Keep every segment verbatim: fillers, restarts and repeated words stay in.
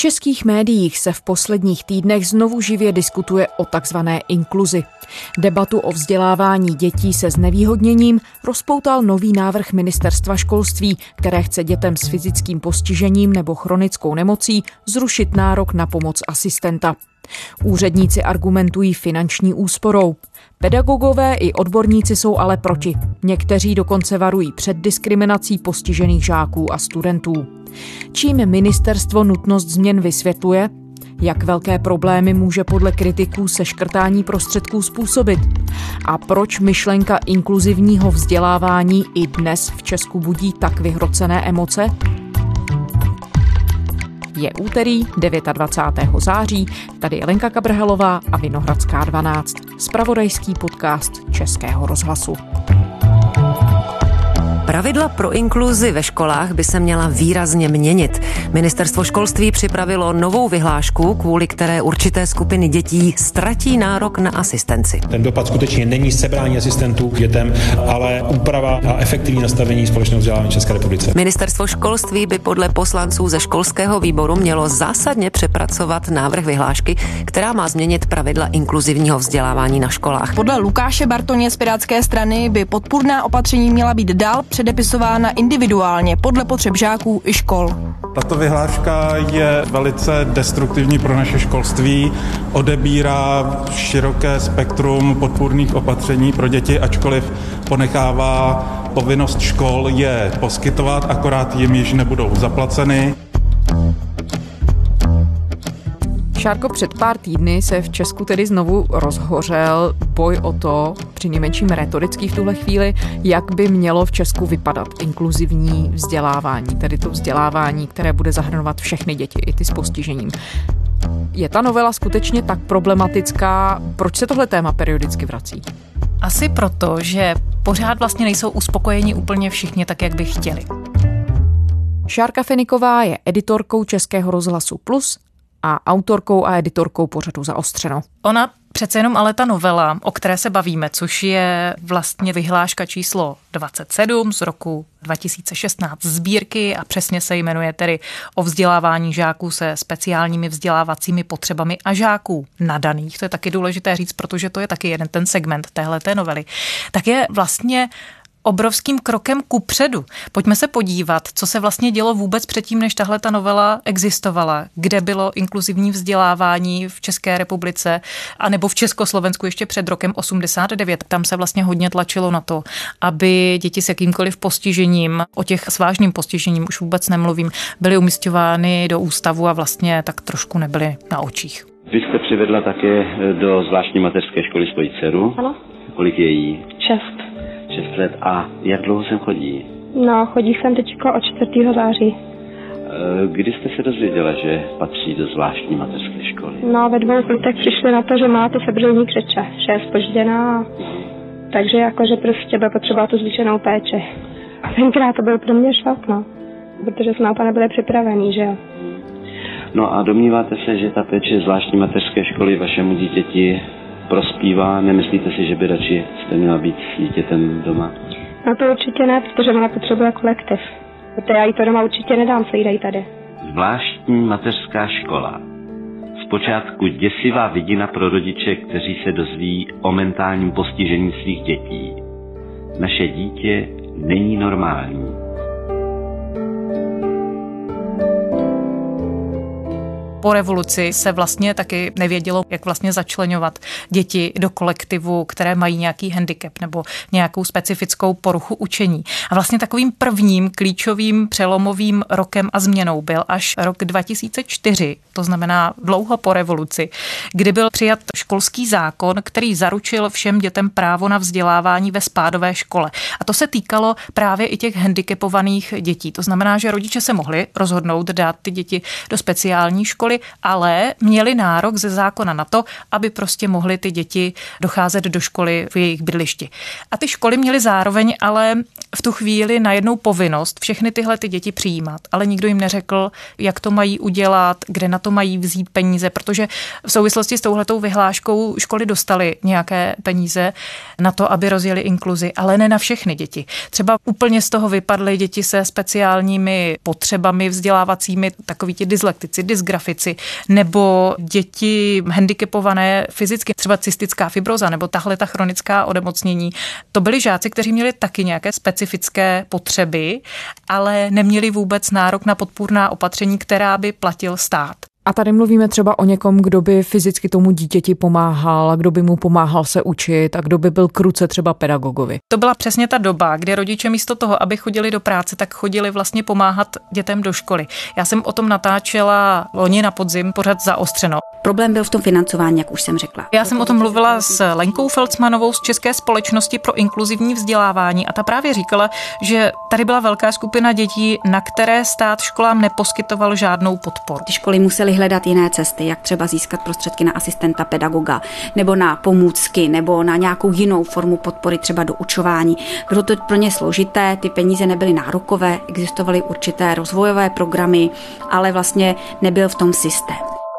českých médiích se v posledních týdnech znovu živě diskutuje o takzvané inkluzi. Debatu o vzdělávání dětí se znevýhodněním rozpoutal nový návrh Ministerstva školství, které chce dětem s fyzickým postižením nebo chronickou nemocí zrušit nárok na pomoc asistenta. Úředníci argumentují finanční úsporou. Pedagogové i odborníci jsou ale proti. Někteří dokonce varují před diskriminací postižených žáků a studentů. Čím ministerstvo nutnost změn vysvětluje? Jak velké problémy může podle kritiků seškrtání prostředků způsobit? A proč myšlenka inkluzivního vzdělávání i dnes v Česku budí tak vyhrocené emoce? Je úterý dvacátého devátého září, tady je Lenka Kabrhelová a Vinohradská dvanáct, zpravodajský podcast Českého rozhlasu. Pravidla pro inkluzi ve školách by se měla výrazně měnit. Ministerstvo školství připravilo novou vyhlášku, kvůli které určité skupiny dětí ztratí nárok na asistenci. Ten dopad skutečně není sebrání asistentů k dětem, ale úprava a efektivní nastavení společného vzdělávání v České republice. Ministerstvo školství by podle poslanců ze školského výboru mělo zásadně přepracovat návrh vyhlášky, která má změnit pravidla inkluzivního vzdělávání na školách. Podle Lukáše Bartoně z Pirátské strany by podpůrná opatření měla být dál předepisována individuálně podle potřeb žáků i škol. Tato vyhláška je velice destruktivní pro naše školství, odebírá široké spektrum podpůrných opatření pro děti, ačkoliv ponechává povinnost škol je poskytovat, akorát jim již nebudou zaplaceny. Šárko, před pár týdny se v Česku tedy znovu rozhořel boj o to, přinejmenším retorický v tuhle chvíli, jak by mělo v Česku vypadat inkluzivní vzdělávání, tedy to vzdělávání, které bude zahrnovat všechny děti, i ty s postižením. Je ta novela skutečně tak problematická? Proč se tohle téma periodicky vrací? Asi proto, že pořád vlastně nejsou uspokojeni úplně všichni tak, jak by chtěli. Šárka Feniková je editorkou Českého rozhlasu Plus a autorkou a editorkou pořadu Zaostřeno. Ona přece jenom ale ta novela, o které se bavíme, což je vlastně vyhláška číslo dvacet sedm z roku dva tisíce šestnáct sbírky a přesně se jmenuje tedy o vzdělávání žáků se speciálními vzdělávacími potřebami a žáků nadaných. To je taky důležité říct, protože to je taky jeden ten segment téhleté novely. Tak je vlastně obrovským krokem kupředu. Pojďme se podívat, co se vlastně dělo vůbec předtím, než tahle ta novela existovala, kde bylo inkluzivní vzdělávání v České republice anebo v Československu ještě před rokem osmdesát devět. Tam se vlastně hodně tlačilo na to, aby děti s jakýmkoliv postižením, o těch s vážným postižením už vůbec nemluvím, byly umísťovány do ústavu a vlastně tak trošku nebyly na očích. Vy jste přivedla také do zvláštní mateřské školy svoji dceru. Ano. Kolik je jí? Šest. Šest let. A jak dlouho sem chodí? No, chodí sem teďko od čtvrtého září. Kdy jste se dozvěděla, že patří do zvláštní mateřské školy? No, ve dvou letech přišli na to, že má to sebřelní křeče, že je zpožděná, mm. takže jakože prostě bude potřebovat tu zvýšenou péči. A tenkrát to byl pro mě šok, no, protože jsme úplně nebyli připravení, že jo. No a domníváte se, že ta péče zvláštní mateřské školy vašemu dítěti prospívá? Nemyslíte si, že by radši jste měla být s dítětem doma? No to určitě ne, protože ona potřebuje kolektiv. Protože já jí to doma určitě nedám, co jí dají tady. Zvláštní mateřská škola. Zpočátku děsivá vidina pro rodiče, kteří se dozví o mentálním postižení svých dětí. Naše dítě není normální. Po revoluci se vlastně taky nevědělo, jak vlastně začleňovat děti do kolektivu, které mají nějaký handicap nebo nějakou specifickou poruchu učení. A vlastně takovým prvním klíčovým přelomovým rokem a změnou byl až rok dva tisíce čtyři, to znamená dlouho po revoluci, kdy byl přijat školský zákon, který zaručil všem dětem právo na vzdělávání ve spádové škole. A to se týkalo právě i těch handicapovaných dětí. To znamená, že rodiče se mohli rozhodnout dát ty děti do speciální školy, školy, ale měli nárok ze zákona na to, aby prostě mohly ty děti docházet do školy v jejich bydlišti. A ty školy měly zároveň ale v tu chvíli najednou povinnost všechny tyhle ty děti přijímat, ale nikdo jim neřekl, jak to mají udělat, kde na to mají vzít peníze, protože v souvislosti s touhletou vyhláškou školy dostaly nějaké peníze na to, aby rozjeli inkluzi, ale ne na všechny děti. Třeba úplně z toho vypadly děti se speciálními potřebami vzdělávacími, takoví ti dyslektici, dysgrafici, nebo děti handicapované fyzicky, třeba cystická fibroza, nebo tahle ta chronická onemocnění. To byli žáci, kteří měli taky nějaké specifické potřeby, ale neměli vůbec nárok na podpůrná opatření, která by platil stát. A tady mluvíme třeba o někom, kdo by fyzicky tomu dítěti pomáhal, kdo by mu pomáhal se učit a kdo by byl k ruce třeba pedagogovi. To byla přesně ta doba, kdy rodiče místo toho, aby chodili do práce, tak chodili vlastně pomáhat dětem do školy. Já jsem o tom natáčela loni na podzim pořad Zaostřeno. Problém byl v tom financování, jak už jsem řekla. Já jsem o tom mluvila s Lenkou Felcmanovou z České společnosti pro inkluzivní vzdělávání a ta právě říkala, že tady byla velká skupina dětí, na které stát školám neposkytoval žádnou podporu. Ty školy musely hledat jiné cesty, jak třeba získat prostředky na asistenta pedagoga, nebo na pomůcky, nebo na nějakou jinou formu podpory, třeba do učování. Bylo to pro ně složité, ty peníze nebyly nárokové, existovaly určité rozvojové programy, ale vlastně nebyl v tom systém.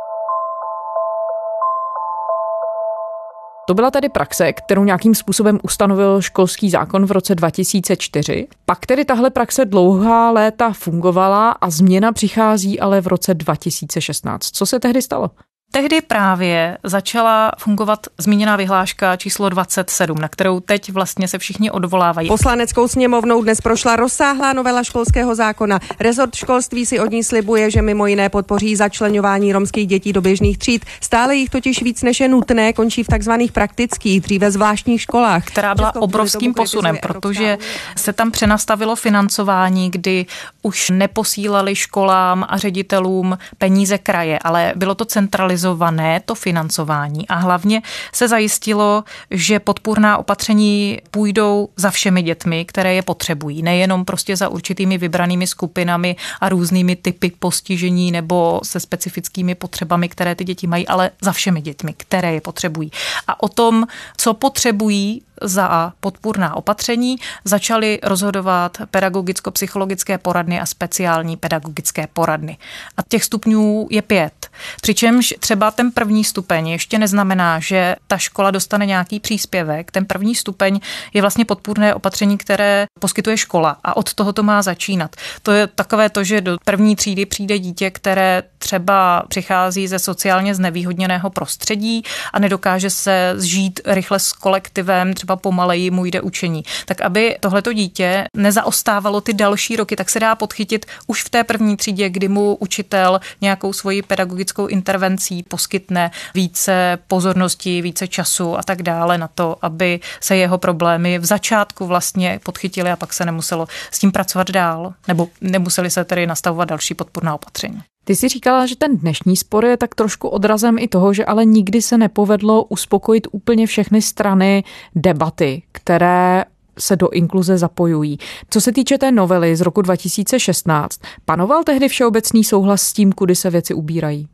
To byla tedy praxe, kterou nějakým způsobem ustanovil školský zákon v roce dva tisíce čtyři. Pak tedy tahle praxe dlouhá léta fungovala a změna přichází ale v roce dva tisíce šestnáct. Co se tehdy stalo? Tehdy právě začala fungovat zmíněná vyhláška číslo dvacet sedm, na kterou teď vlastně se všichni odvolávají. Poslaneckou sněmovnou dnes prošla rozsáhlá novela školského zákona. Rezort školství si od ní slibuje, že mimo jiné podpoří začleňování romských dětí do běžných tříd. Stále jich totiž víc než je nutné končí v takzvaných praktických, dříve zvláštních školách. Která byla obrovským posunem, protože se tam přenastavilo financování, kdy už neposílali školám a ředitelům peníze kraje, ale bylo to centralizované to financování a hlavně se zajistilo, že podpůrná opatření půjdou za všemi dětmi, které je potřebují, nejenom prostě za určitými vybranými skupinami a různými typy postižení nebo se specifickými potřebami, které ty děti mají, ale za všemi dětmi, které je potřebují. A o tom, co potřebují za podpůrná opatření, začaly rozhodovat pedagogicko-psychologické poradny a speciální pedagogické poradny. A těch stupňů je pět. Přičemž třeba ten první stupeň ještě neznamená, že ta škola dostane nějaký příspěvek. Ten první stupeň je vlastně podpůrné opatření, které poskytuje škola a od toho to má začínat. To je takové to, že do první třídy přijde dítě, které třeba přichází ze sociálně znevýhodněného prostředí a nedokáže se zžít rychle s kolektivem, třeba pomaleji mu jde učení. Tak aby tohleto dítě nezaostávalo ty další roky, tak se dá podchytit už v té první třídě, kdy mu učitel nějakou svoji pedagogickou intervencí poskytne více pozornosti, více času a tak dále na to, aby se jeho problémy v začátku vlastně podchytily a pak se nemuselo s tím pracovat dál, nebo nemuseli se tedy nastavovat další podpůrná opatření. Ty jsi říkala, že ten dnešní spor je tak trošku odrazem i toho, že ale nikdy se nepovedlo uspokojit úplně všechny strany debaty, které se do inkluze zapojují. Co se týče té novely z roku dva tisíce šestnáct, panoval tehdy všeobecný souhlas s tím, kudy se věci ubírají?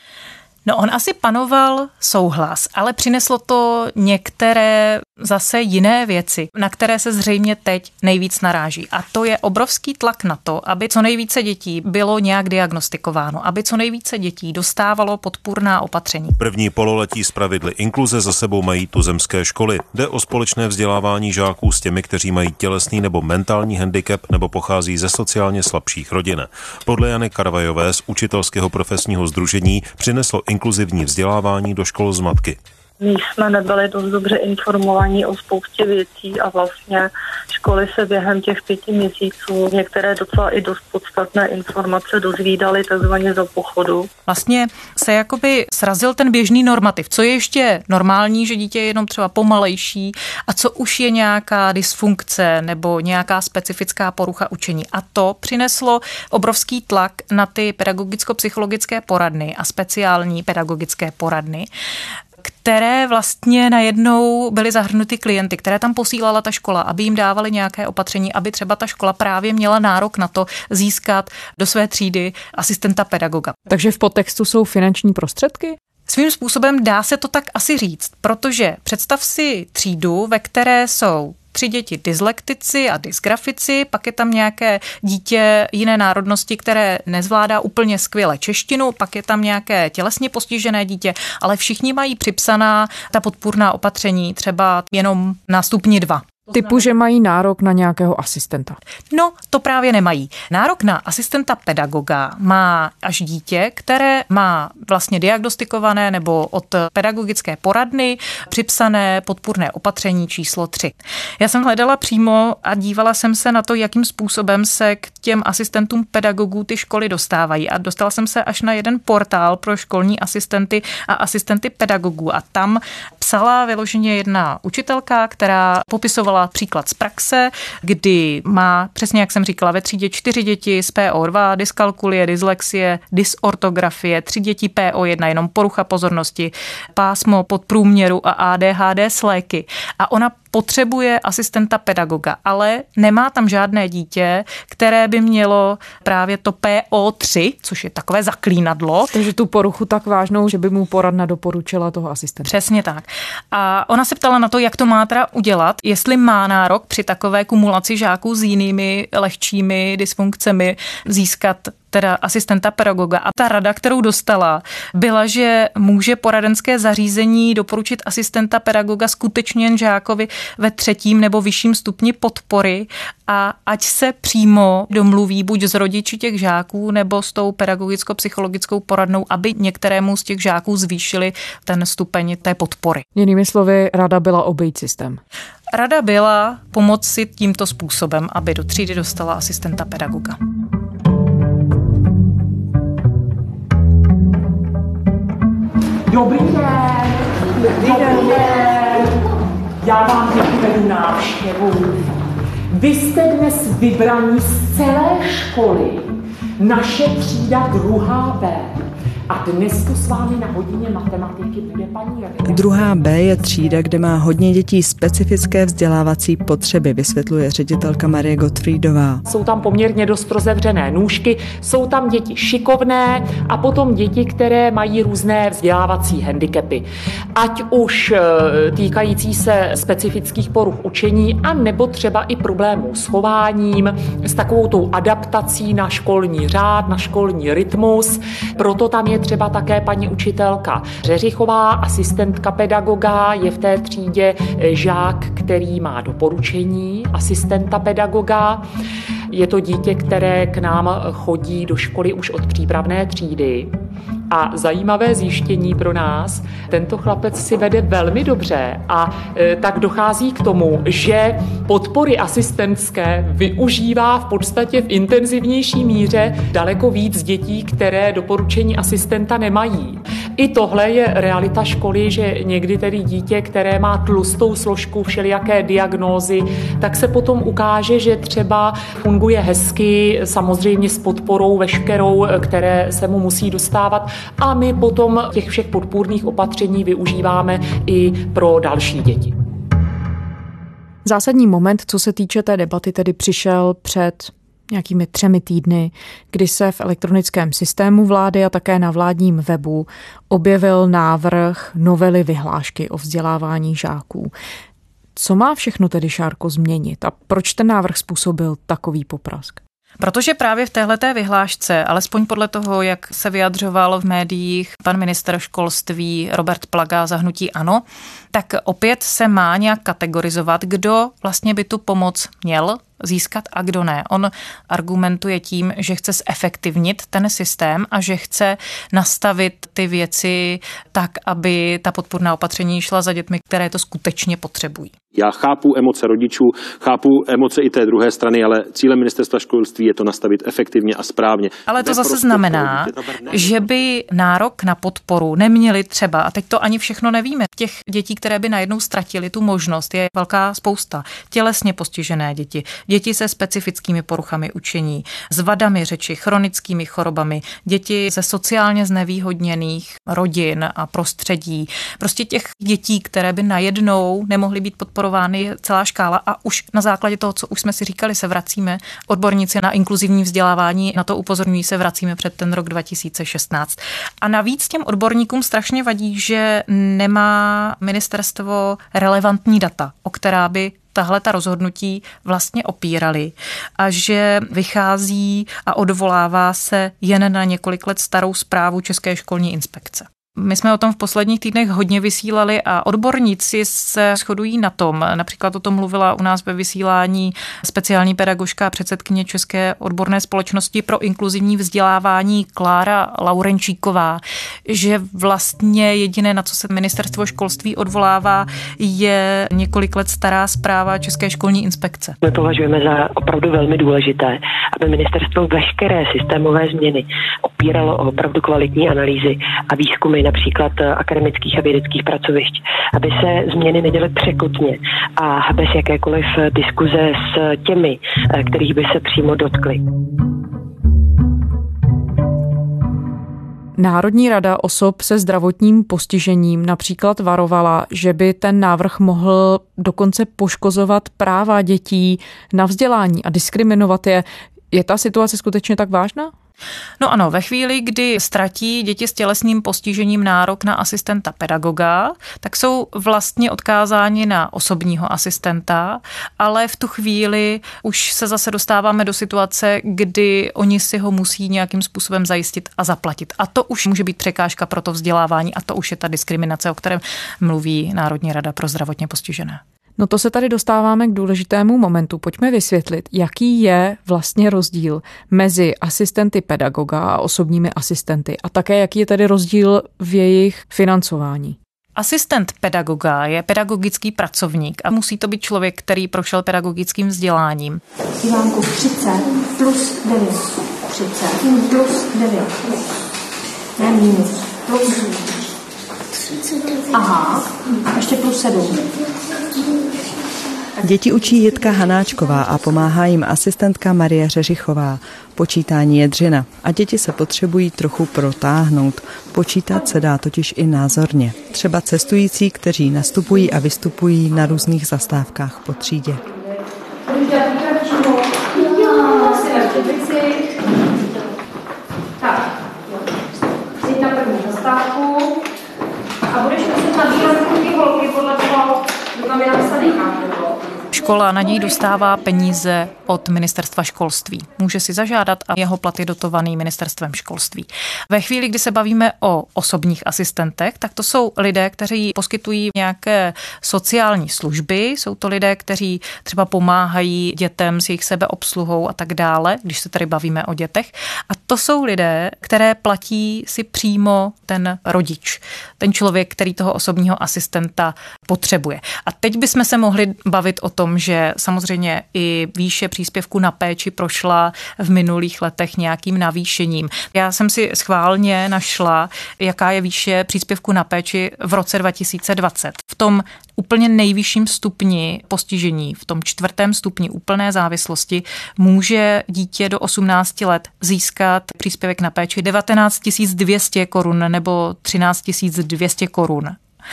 No on asi panoval souhlas, ale přineslo to některé zase jiné věci, na které se zřejmě teď nejvíc naráží. A to je obrovský tlak na to, aby co nejvíce dětí bylo nějak diagnostikováno, aby co nejvíce dětí dostávalo podpůrná opatření. První pololetí z pravidly inkluze za sebou mají tuzemské školy. Jde o společné vzdělávání žáků s těmi, kteří mají tělesný nebo mentální handicap nebo pochází ze sociálně slabších rodin. Podle Jany Karvajové z učitelského profesního sdružení přineslo inkluzivní vzdělávání do škol zmatky. My jsme nebyli dost dobře informovaní o spoustě věcí a vlastně školy se během těch pěti měsíců některé docela i dost podstatné informace dozvídaly takzvaně za pochodu. Vlastně se jakoby srazil ten běžný normativ. Co je ještě normální, že dítě je jenom třeba pomalejší a co už je nějaká dysfunkce nebo nějaká specifická porucha učení. A to přineslo obrovský tlak na ty pedagogicko-psychologické poradny a speciální pedagogické poradny, které vlastně najednou byly zahrnuty klienty, které tam posílala ta škola, aby jim dávali nějaké opatření, aby třeba ta škola právě měla nárok na to získat do své třídy asistenta pedagoga. Takže v podtextu jsou finanční prostředky? Svým způsobem dá se to tak asi říct, protože představ si třídu, ve které jsou tři děti dyslektici a dysgrafici, pak je tam nějaké dítě jiné národnosti, které nezvládá úplně skvěle češtinu, pak je tam nějaké tělesně postižené dítě, ale všichni mají připsaná ta podpůrná opatření třeba jenom na stupni dva. Typu, že mají nárok na nějakého asistenta. No, to právě nemají. Nárok na asistenta pedagoga má až dítě, které má vlastně diagnostikované nebo od pedagogické poradny připsané podpůrné opatření číslo tři. Já jsem hledala přímo a dívala jsem se na to, jakým způsobem se k těm asistentům pedagogů ty školy dostávají. A dostala jsem se až na jeden portál pro školní asistenty a asistenty pedagogů. A tam psala vyloženě jedna učitelka, která popisovala příklad z praxe, kdy má, přesně jak jsem říkala, ve třídě čtyři děti z P O dva, dyskalkulie, dyslexie, dysortografie, tři děti P O jedna, jenom porucha pozornosti, pásmo podprůměru a A D H D s léky. A ona potřebuje asistenta pedagoga, ale nemá tam žádné dítě, které by mělo právě to P O tři, což je takové zaklínadlo. Takže tu poruchu tak vážnou, že by mu poradna doporučila toho asistenta. Přesně tak. A ona se ptala na to, jak to má teda udělat, jestli má nárok při takové kumulaci žáků s jinými lehčími dysfunkcemi získat teda asistenta pedagoga. A ta rada, kterou dostala, byla, že může poradenské zařízení doporučit asistenta pedagoga skutečně jen žákovi ve třetím nebo vyšším stupni podpory a ať se přímo domluví buď s rodiči těch žáků nebo s tou pedagogicko-psychologickou poradnou, aby některému z těch žáků zvýšili ten stupeň té podpory. Jinými slovy, rada byla obejít systém. Rada byla pomoci tímto způsobem, aby do třídy dostala asistenta pedagoga. Dobrý den, dobrý den, já vám teď vedu návštěvu. Vy jste dnes vybraní z celé školy, naše třída druhá B. A dnes tu s vámi na hodině matematiky bude paní Rada. Druhá B je třída, kde má hodně dětí specifické vzdělávací potřeby, vysvětluje ředitelka Marie Gottfriedová. Jsou tam poměrně dost rozevřené nůžky, jsou tam děti šikovné a potom děti, které mají různé vzdělávací handicapy. Ať už týkající se specifických poruch učení, a nebo třeba i problémů s chováním, s takovou tou adaptací na školní řád, na školní rytmus. Proto tam je třeba také paní učitelka Řeřichová, asistentka pedagoga, je v té třídě žák, který má doporučení asistenta pedagoga. Je to dítě, které k nám chodí do školy už od přípravné třídy. A zajímavé zjištění pro nás, tento chlapec si vede velmi dobře a e, tak dochází k tomu, že podpory asistentské využívá v podstatě v intenzivnější míře daleko víc dětí, které doporučení asistenta nemají. I tohle je realita školy, že někdy tedy dítě, které má tlustou složku, všelijaké diagnózy, tak se potom ukáže, že třeba funguje hezky, samozřejmě s podporou veškerou, které se mu musí dostávat, a my potom těch všech podpůrných opatření využíváme i pro další děti. Zásadní moment, co se týče té debaty, tedy přišel před nějakými třemi týdny, kdy se v elektronickém systému vlády a také na vládním webu objevil návrh novely vyhlášky o vzdělávání žáků. Co má všechno tedy, Šárko, změnit a proč ten návrh způsobil takový poprask? Protože právě v téhleté vyhlášce, alespoň podle toho, jak se vyjadřoval v médiích pan ministr školství Robert Plaga za hnutí ANO, tak opět se má nějak kategorizovat, kdo vlastně by tu pomoc měl získat a kdo ne. On argumentuje tím, že chce zefektivnit ten systém a že chce nastavit ty věci tak, aby ta podpůrná opatření šla za dětmi, které to skutečně potřebují. Já chápu emoce rodičů, chápu emoce i té druhé strany, ale cílem ministerstva školství je to nastavit efektivně a správně. Ale to zase znamená, že by nárok na podporu neměli třeba, a teď to ani všechno nevíme, těch dětí, které by najednou ztratili tu možnost, je velká spousta. Tělesně postižené děti, děti se specifickými poruchami učení, s vadami řeči, chronickými chorobami, děti ze sociálně znevýhodněných rodin a prostředí. Prostě těch dětí, které by najednou nemohly být podporovány, je celá škála a už na základě toho, co už jsme si říkali, se vracíme. Odborníci na inkluzivní vzdělávání na to upozorňují, se vracíme před ten rok dva tisíce šestnáct. A navíc těm odborníkům strašně vadí, že nemá ministerstvo relevantní data, o která by tahle ta rozhodnutí vlastně opírali a že vychází a odvolává se jen na několik let starou zprávu České školní inspekce. My jsme o tom v posledních týdnech hodně vysílali a odborníci se shodují na tom. Například o tom mluvila u nás ve vysílání speciální pedagožka a předsedkyně České odborné společnosti pro inkluzivní vzdělávání Klára Laurenčíková, že vlastně jediné, na co se ministerstvo školství odvolává, je několik let stará zpráva České školní inspekce. My považujeme za opravdu velmi důležité, aby ministerstvo veškeré systémové změny opíralo o opravdu kvalitní analýzy a výzkumy například akademických a vědeckých pracovišť, aby se změny neděly překotně a bez jakékoliv diskuze s těmi, kterých by se přímo dotkly. Národní rada osob se zdravotním postižením například varovala, že by ten návrh mohl dokonce poškozovat práva dětí na vzdělání a diskriminovat je. Je ta situace skutečně tak vážná? No ano, ve chvíli, kdy ztratí děti s tělesným postižením nárok na asistenta pedagoga, tak jsou vlastně odkázáni na osobního asistenta, ale v tu chvíli už se zase dostáváme do situace, kdy oni si ho musí nějakým způsobem zajistit a zaplatit. A to už může být překážka pro to vzdělávání a to už je ta diskriminace, o které mluví Národní rada pro zdravotně postižené. No to se tady dostáváme k důležitému momentu. Pojďme vysvětlit, jaký je vlastně rozdíl mezi asistenty pedagoga a osobními asistenty a také jaký je tedy rozdíl v jejich financování. Asistent pedagoga je pedagogický pracovník a musí to být člověk, který prošel pedagogickým vzděláním. Ivánku, třicet plus devět. třicet plus devět. Ne minus. Plus. Aha, ještě plus sedm. Děti učí Jitka Hanáčková a pomáhá jim asistentka Marie Řeřichová. Počítání je dřina a děti se potřebují trochu protáhnout. Počítat se dá totiž i názorně. Třeba cestující, kteří nastupují a vystupují na různých zastávkách po třídě. Tak, jsi na první zastávku a budeš muset nabírat ty holky podle toho, kdo tam je napsaný kámo. Škola na něj dostává peníze od ministerstva školství. Může si zažádat a jeho plat je dotovaný ministerstvem školství. Ve chvíli, kdy se bavíme o osobních asistentech, tak to jsou lidé, kteří poskytují nějaké sociální služby, jsou to lidé, kteří třeba pomáhají dětem s jejich sebeobsluhou a tak dále, když se tady bavíme o dětech. A to jsou lidé, které platí si přímo ten rodič, ten člověk, který toho osobního asistenta potřebuje. A teď bychom se mohli bavit o tom, že samozřejmě i výše příspěvku na péči prošla v minulých letech nějakým navýšením. Já jsem si schválně našla, jaká je výše příspěvku na péči v roce dva tisíce dvacet. V tom úplně nejvyšším stupni postižení, v tom čtvrtém stupni úplné závislosti, může dítě do osmnácti let získat příspěvek na péči devatenáct tisíc dvě stě korun nebo třináct tisíc dvě stě korun.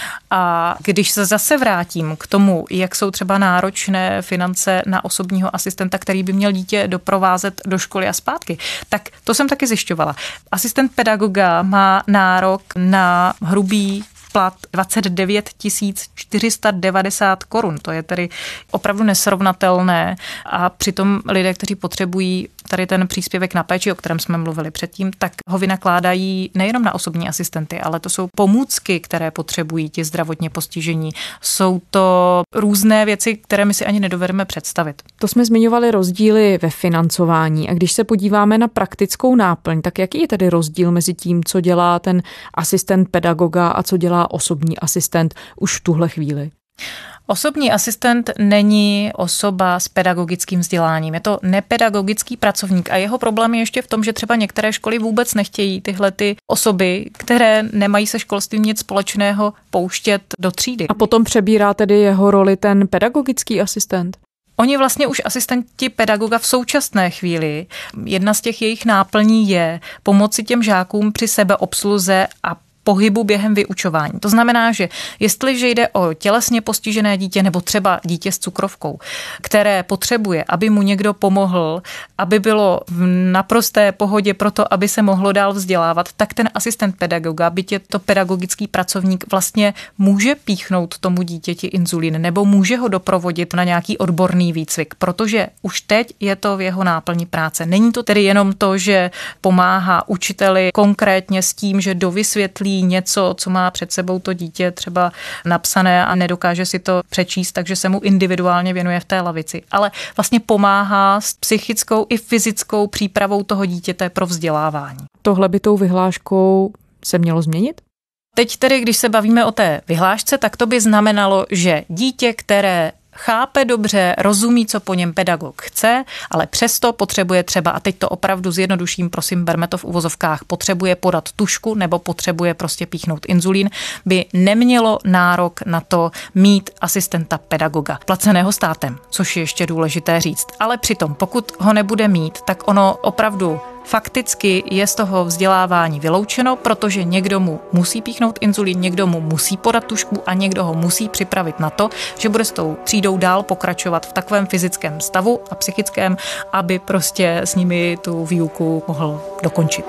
A když se zase vrátím k tomu, jak jsou třeba náročné finance na osobního asistenta, který by měl dítě doprovázet do školy a zpátky, tak to jsem taky zjišťovala. Asistent pedagoga má nárok na hrubý plat dvacet devět tisíc čtyři sta devadesát korun. To je tedy opravdu nesrovnatelné a přitom lidé, kteří potřebují tady ten příspěvek na péči, o kterém jsme mluvili předtím, tak ho vynakládají nejenom na osobní asistenty, ale to jsou pomůcky, které potřebují ti zdravotně postižení. Jsou to různé věci, které my si ani nedovedeme představit. To jsme zmiňovali rozdíly ve financování a když se podíváme na praktickou náplň, tak jaký je tedy rozdíl mezi tím, co dělá ten asistent pedagoga a co dělá osobní asistent už v tuhle chvíli? Osobní asistent není osoba s pedagogickým vzděláním. Je to nepedagogický pracovník a jeho problém je ještě v tom, že třeba některé školy vůbec nechtějí tyhle ty osoby, které nemají se školstvím nic společného, pouštět do třídy. A potom přebírá tedy jeho roli ten pedagogický asistent? Oni vlastně už asistenti pedagoga v současné chvíli, jedna z těch jejich náplní je pomoci těm žákům při sebeobsluze a pohybu během vyučování. To znamená, že jestliže jde o tělesně postižené dítě nebo třeba dítě s cukrovkou, které potřebuje, aby mu někdo pomohl, aby bylo v naprosté pohodě pro to, aby se mohlo dál vzdělávat, tak ten asistent pedagoga, byť je to pedagogický pracovník, vlastně může píchnout tomu dítěti inzulín nebo může ho doprovodit na nějaký odborný výcvik, protože už teď je to v jeho náplni práce. Není to tedy jenom to, že pomáhá učiteli konkrétně s tím, že dovysvětlí něco, co má před sebou to dítě třeba napsané a nedokáže si to přečíst, takže se mu individuálně věnuje v té lavici. Ale vlastně pomáhá s psychickou i fyzickou přípravou toho dítěte pro vzdělávání. Tohle by tou vyhláškou se mělo změnit? Teď tedy, když se bavíme o té vyhlášce, tak to by znamenalo, že dítě, které chápe dobře, rozumí, co po něm pedagog chce, ale přesto potřebuje třeba, a teď to opravdu zjednoduším, prosím, berme to v uvozovkách, potřebuje podat tužku nebo potřebuje prostě píchnout inzulín, by nemělo nárok na to mít asistenta pedagoga, placeného státem, což je ještě důležité říct. Ale přitom, pokud ho nebude mít, tak ono opravdu fakticky je z toho vzdělávání vyloučeno, protože někdo mu musí píchnout inzulín, někdo mu musí podat tužku a někdo ho musí připravit na to, že bude s tou třídou dál pokračovat v takovém fyzickém stavu a psychickém, aby prostě s nimi tu výuku mohl dokončit.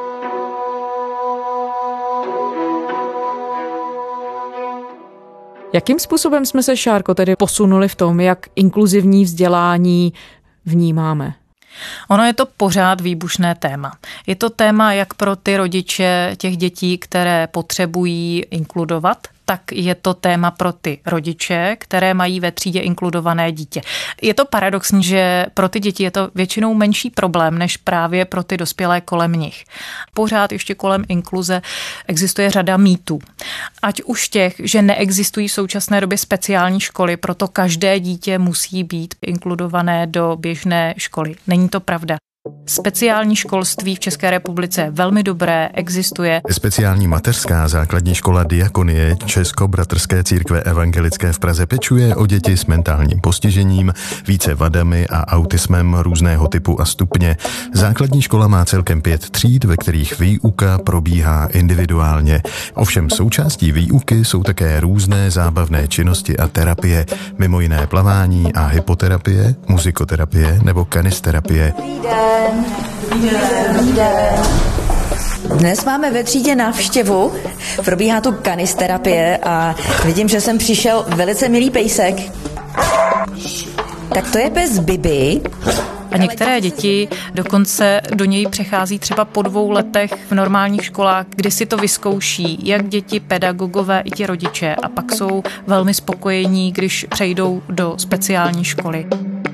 Jakým způsobem jsme se, Šárko, tedy posunuli v tom, jak inkluzivní vzdělání vnímáme? Ono je to pořád výbušné téma. Je to téma jak pro ty rodiče těch dětí, které potřebují inkludovat, tak je to téma pro ty rodiče, které mají ve třídě inkludované dítě. Je to paradoxní, že pro ty děti je to většinou menší problém, než právě pro ty dospělé kolem nich. Pořád ještě kolem inkluze existuje řada mýtů. Ať už těch, že neexistují v současné době speciální školy, proto každé dítě musí být inkludované do běžné školy. Není to pravda. Speciální školství v České republice je velmi dobré, existuje. Speciální mateřská základní škola Diakonie Českobratrské církve evangelické v Praze pečuje o děti s mentálním postižením, více vadami a autismem různého typu a stupně. Základní škola má celkem pět tříd, ve kterých výuka probíhá individuálně. Ovšem součástí výuky jsou také různé zábavné činnosti a terapie, mimo jiné plavání a hypoterapie, muzikoterapie nebo kanisterapie. Dobrý den. Dobrý den. Dnes máme ve třídě návštěvu, probíhá tu kanisterapie a vidím, že sem přišel velice milý pejsek. Tak to je pes Bibi. A některé děti dokonce do něj přechází třeba po dvou letech v normálních školách, kdy si to vyzkouší, jak děti, pedagogové i ti rodiče, a pak jsou velmi spokojení, když přejdou do speciální školy.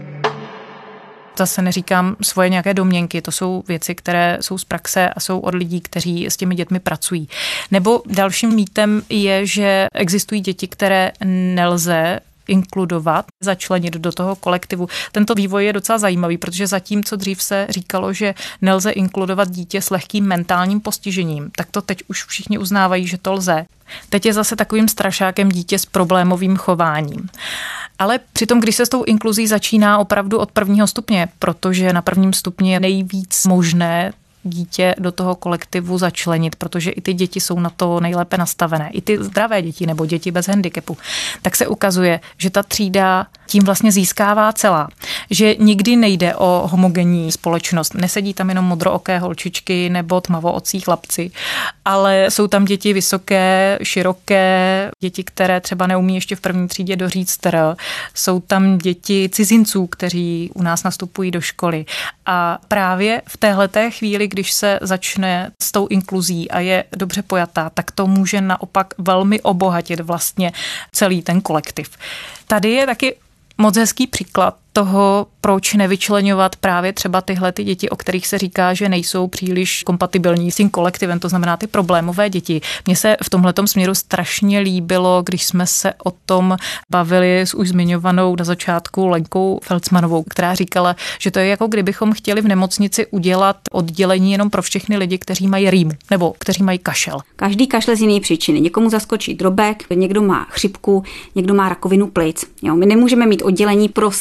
Zase neříkám svoje nějaké domněnky, to jsou věci, které jsou z praxe a jsou od lidí, kteří s těmi dětmi pracují. Nebo dalším mýtem je, že existují děti, které nelze inkludovat, začlenit do toho kolektivu. Tento vývoj je docela zajímavý, protože zatímco dřív se říkalo, že nelze inkludovat dítě s lehkým mentálním postižením, tak to teď už všichni uznávají, že to lze. Teď je zase takovým strašákem dítě s problémovým chováním. Ale přitom, když se s tou inkluzí začíná opravdu od prvního stupně, protože na prvním stupni je nejvíc možné dítě do toho kolektivu začlenit, protože i ty děti jsou na to nejlépe nastavené. I ty zdravé děti nebo děti bez handicapu. Tak se ukazuje, že ta třída tím vlastně získává celá. Že nikdy nejde o homogenní společnost. Nesedí tam jenom modrooké holčičky nebo tmavoocí chlapci, ale jsou tam děti vysoké, široké, děti, které třeba neumí ještě v první třídě doříct r. Jsou tam děti cizinců, kteří u nás nastupují do školy. A právě v téhleté chvíli, když se začne s tou inkluzí a je dobře pojatá, tak to může naopak velmi obohatit vlastně celý ten kolektiv. Tady je taky moc hezký příklad toho, proč nevyčleňovat právě třeba tyhle ty děti, o kterých se říká, že nejsou příliš kompatibilní s tím kolektivem, to znamená ty problémové děti. Mně se v tomhletom směru strašně líbilo, když jsme se o tom bavili s už zmiňovanou na začátku Lenkou Felcmanovou, která říkala, že to je jako kdybychom chtěli v nemocnici udělat oddělení jenom pro všechny lidi, kteří mají rýmu nebo kteří mají kašel. Každý kašle z jiné příčiny. Někomu zaskočí drobek, někdo má chřipku, někdo má rakovinu plic. Jo, my nemůžeme mít oddělení pro symptom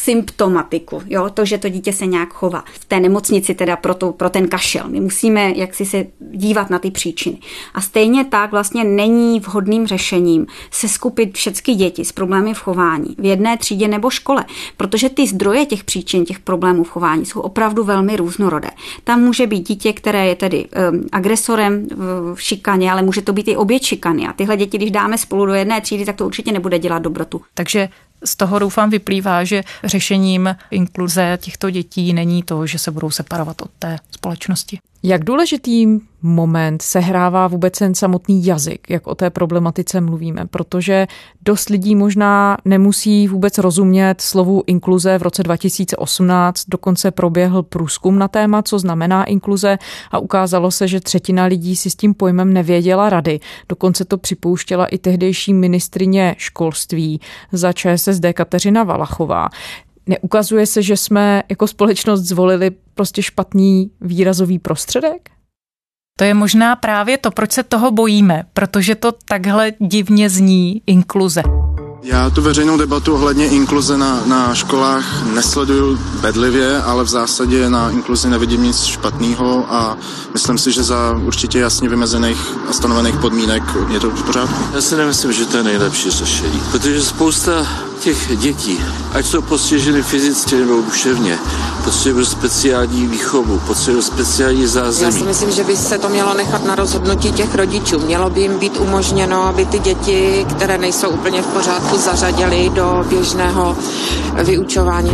somatiku, jo, to, že to dítě se nějak chová. V té nemocnici teda pro, to, pro ten kašel. My musíme jaksi se dívat na ty příčiny. A stejně tak vlastně není vhodným řešením se skupit všechny děti s problémy v chování v jedné třídě nebo škole, protože ty zdroje těch příčin, těch problémů v chování jsou opravdu velmi různorodé. Tam může být dítě, které je tedy um, agresorem v šikaně, ale může to být i oběť šikany. A tyhle děti, když dáme spolu do jedné třídy, tak to určitě nebude dělat dobrotu. Takže z toho doufám vyplývá, že řešením inkluze těchto dětí není to, že se budou separovat od té společnosti. Jak důležitý moment sehrává vůbec ten samotný jazyk, jak o té problematice mluvíme, protože dost lidí možná nemusí vůbec rozumět slovu inkluze. V roce dva tisíce osmnáct dokonce proběhl průzkum na téma, co znamená inkluze a ukázalo se, že třetina lidí si s tím pojmem nevěděla rady. Dokonce to připouštěla i tehdejší ministryně školství za ČSSD Kateřina Valachová. Neukazuje se, že jsme jako společnost zvolili prostě špatný výrazový prostředek? To je možná právě to, proč se toho bojíme, protože to takhle divně zní inkluze. Já tu veřejnou debatu ohledně inkluze na, na školách nesleduju bedlivě, ale v zásadě na inkluzi nevidím nic špatného a myslím si, že za určitě jasně vymezených a stanovených podmínek je to v pořádku. Já si nemyslím, že to je nejlepší řešení, protože spousta těch dětí, ať jsou postiženy fyzicky nebo duševně, potřebují speciální výchovu, potřebují speciální zázemí. Já si myslím, že by se to mělo nechat na rozhodnutí těch rodičů. Mělo by jim být umožněno, aby ty děti, které nejsou úplně v pořádku, zařadili do běžného vyučování.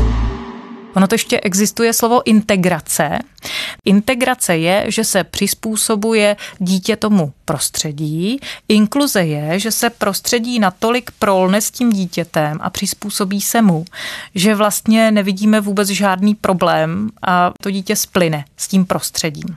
Ono to ještě existuje slovo integrace. Integrace je, že se přizpůsobuje dítě tomu prostředí. Inkluze je, že se prostředí natolik prolne s tím dítětem a přizpůsobí se mu, že vlastně nevidíme vůbec žádný problém a to dítě splyne s tím prostředím.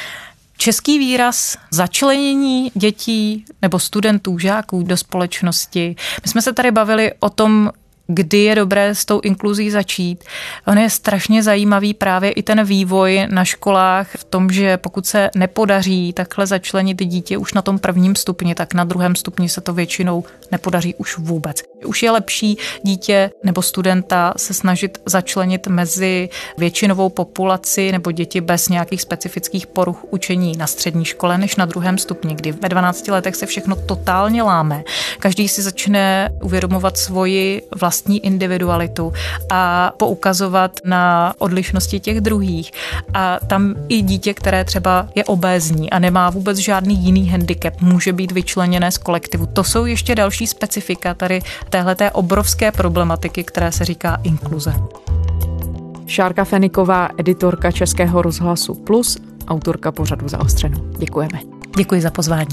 Český výraz začlenění dětí nebo studentů, žáků do společnosti. My jsme se tady bavili o tom, kdy je dobré s tou inkluzí začít. On je strašně zajímavý právě i ten vývoj na školách v tom, že pokud se nepodaří takhle začlenit dítě už na tom prvním stupni, tak na druhém stupni se to většinou nepodaří už vůbec. Už je lepší dítě nebo studenta se snažit začlenit mezi většinovou populaci nebo děti bez nějakých specifických poruch učení na střední škole, než na druhém stupni, kdy ve dvanácti letech se všechno totálně láme. Každý si začne uvědomovat svoji vlastní individualitu a poukazovat na odlišnosti těch druhých. A tam i dítě, které třeba je obézní a nemá vůbec žádný jiný handicap, může být vyčleněné z kolektivu. To jsou ještě další specifika tady téhleté obrovské problematiky, které se říká inkluze. Šárka Feniková, editorka Českého rozhlasu Plus, autorka pořadu Zaostřeno. Děkujeme. Děkuji za pozvání.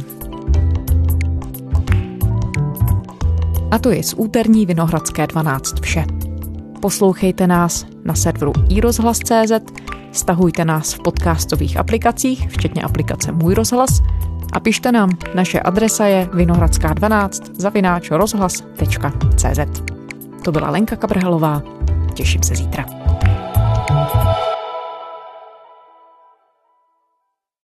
A to je z úterní Vinohradské dvanáct vše. Poslouchejte nás na serveru i rozhlas tečka cé zet, stahujte nás v podcastových aplikacích, včetně aplikace Můj rozhlas, a pište nám. Naše adresa je vinohradská dvanáct zavináč rozhlas tečka cé zet. To byla Lenka Kabrhelová. Těším se zítra.